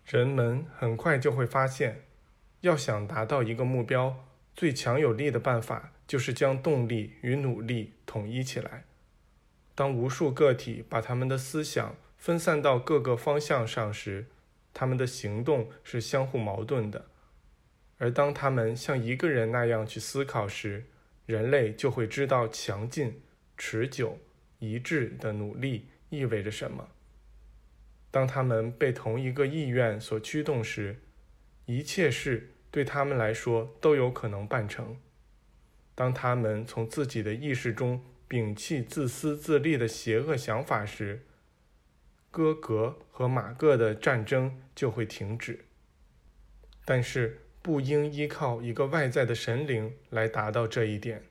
人们很快就会发现，要想达到一个目标，最强有力的办法就是将动力与努力统一起来。当无数个体把他们的思想分散到各个方向上时，他们的行动是相互矛盾的。而当他们像一个人那样去思考时，人类就会知道强劲、持久、一致的努力意味着什么。当他们被同一个意愿所驱动时，一切事对他们来说都有可能办成。当他们从自己的意识中摒弃自私自利的邪恶想法时，哥格和马各的战争就会停止。但是不应依靠一个外在的神灵来达到这一点。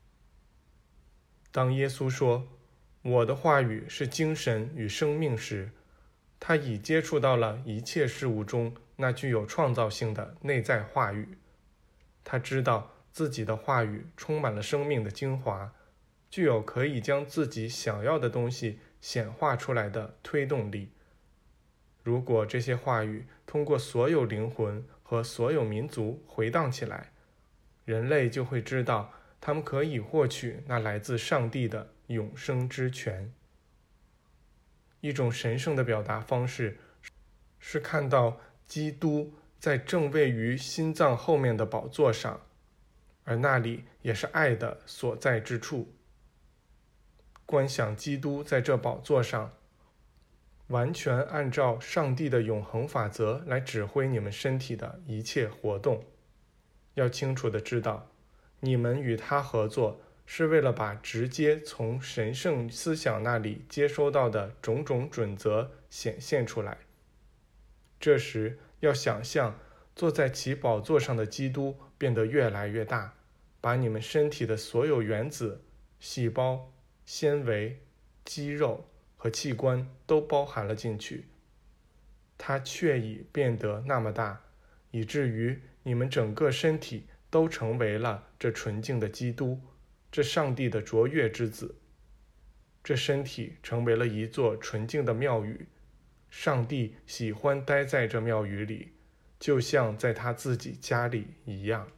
当耶稣说我的话语是精神与生命时，他已接触到了一切事物中那具有创造性的内在话语。他知道自己的话语充满了生命的精华，具有可以将自己想要的东西显化出来的推动力。如果这些话语通过所有灵魂和所有民族回荡起来，人类就会知道他们可以获取那来自上帝的永生之泉。一种神圣的表达方式是看到基督在正位于心脏后面的宝座上，而那里也是爱的所在之处。观想基督在这宝座上，完全按照上帝的永恒法则来指挥你们身体的一切活动。要清楚地知道，你们与他合作是为了把直接从神圣思想那里接收到的种种准则显现出来。这时要想象坐在其宝座上的基督变得越来越大，把你们身体的所有原子、细胞、纤维、肌肉和器官都包含了进去。它确已变得那么大，以至于你们整个身体都成为了这纯净的基督，这上帝的卓越之子。这身体成为了一座纯净的庙宇，上帝喜欢待在这庙宇里，就像在他自己家里一样。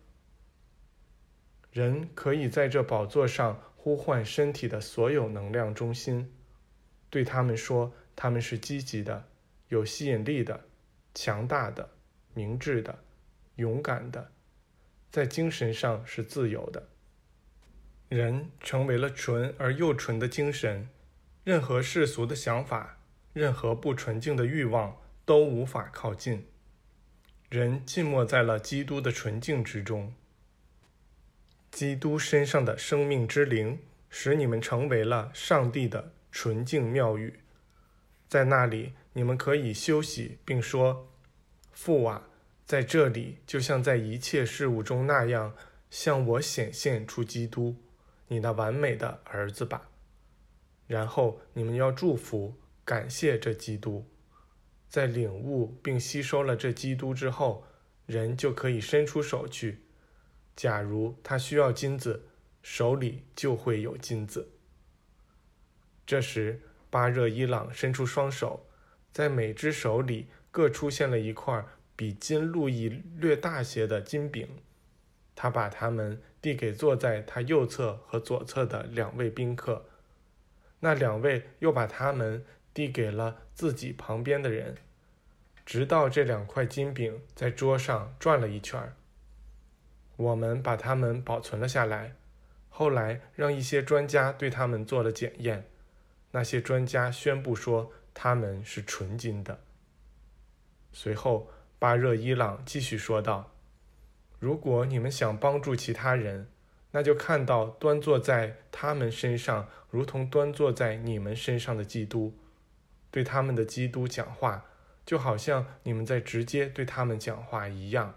人可以在这宝座上呼唤身体的所有能量中心，对他们说他们是积极的、有吸引力的、强大的、明智的、勇敢的，在精神上是自由的。人成为了纯而又纯的精神，任何世俗的想法，任何不纯净的欲望都无法靠近。人浸没在了基督的纯净之中。基督身上的生命之灵使你们成为了上帝的纯净庙宇。在那里你们可以休息，并说，父啊，在这里就像在一切事物中那样，向我显现出基督，你那完美的儿子吧。然后你们要祝福、感谢这基督。在领悟并吸收了这基督之后，人就可以伸出手去。假如他需要金子，手里就会有金子。这时巴热伊朗伸出双手，在每只手里各出现了一块比金路易略大些的金饼。他把它们递给坐在他右侧和左侧的两位宾客，那两位又把它们递给了自己旁边的人，直到这两块金饼在桌上转了一圈。我们把它们保存了下来，后来让一些专家对它们做了检验，那些专家宣布说它们是纯金的。随后巴热伊朗继续说道，如果你们想帮助其他人，那就看到端坐在他们身上如同端坐在你们身上的基督，对他们的基督讲话，就好像你们在直接对他们讲话一样。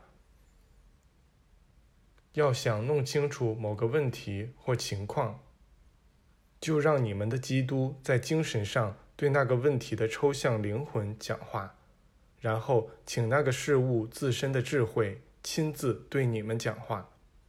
要想弄清楚某个问题或情况，就让你们的基督在精神上对那个问题的抽象灵魂讲话，然后请那个事物自身的智慧亲自对你们讲话。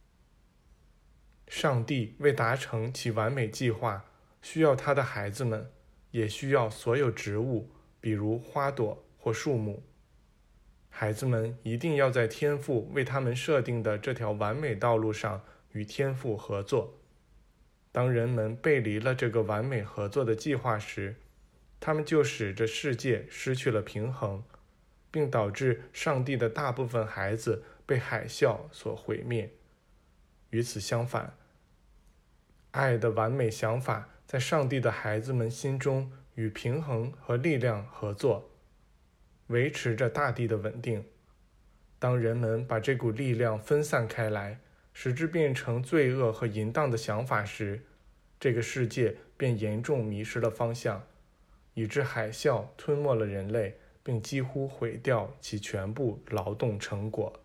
上帝为达成其完美计划，需要他的孩子们，也需要所有植物，比如花朵或树木。 孩子们一定要在天父为他们设定的这条完美道路上与天父合作。当人们背离了这个完美合作的计划时，他们就使这世界失去了平衡，并导致上帝的大部分孩子被海啸所毁灭。与此相反，爱的完美想法在上帝的孩子们心中与平衡和力量合作，维持着大地的稳定。当人们把这股力量分散开来，使之变成罪恶和淫荡的想法时，这个世界便严重迷失了方向，以致海啸吞没了人类，并几乎毁掉其全部劳动成果。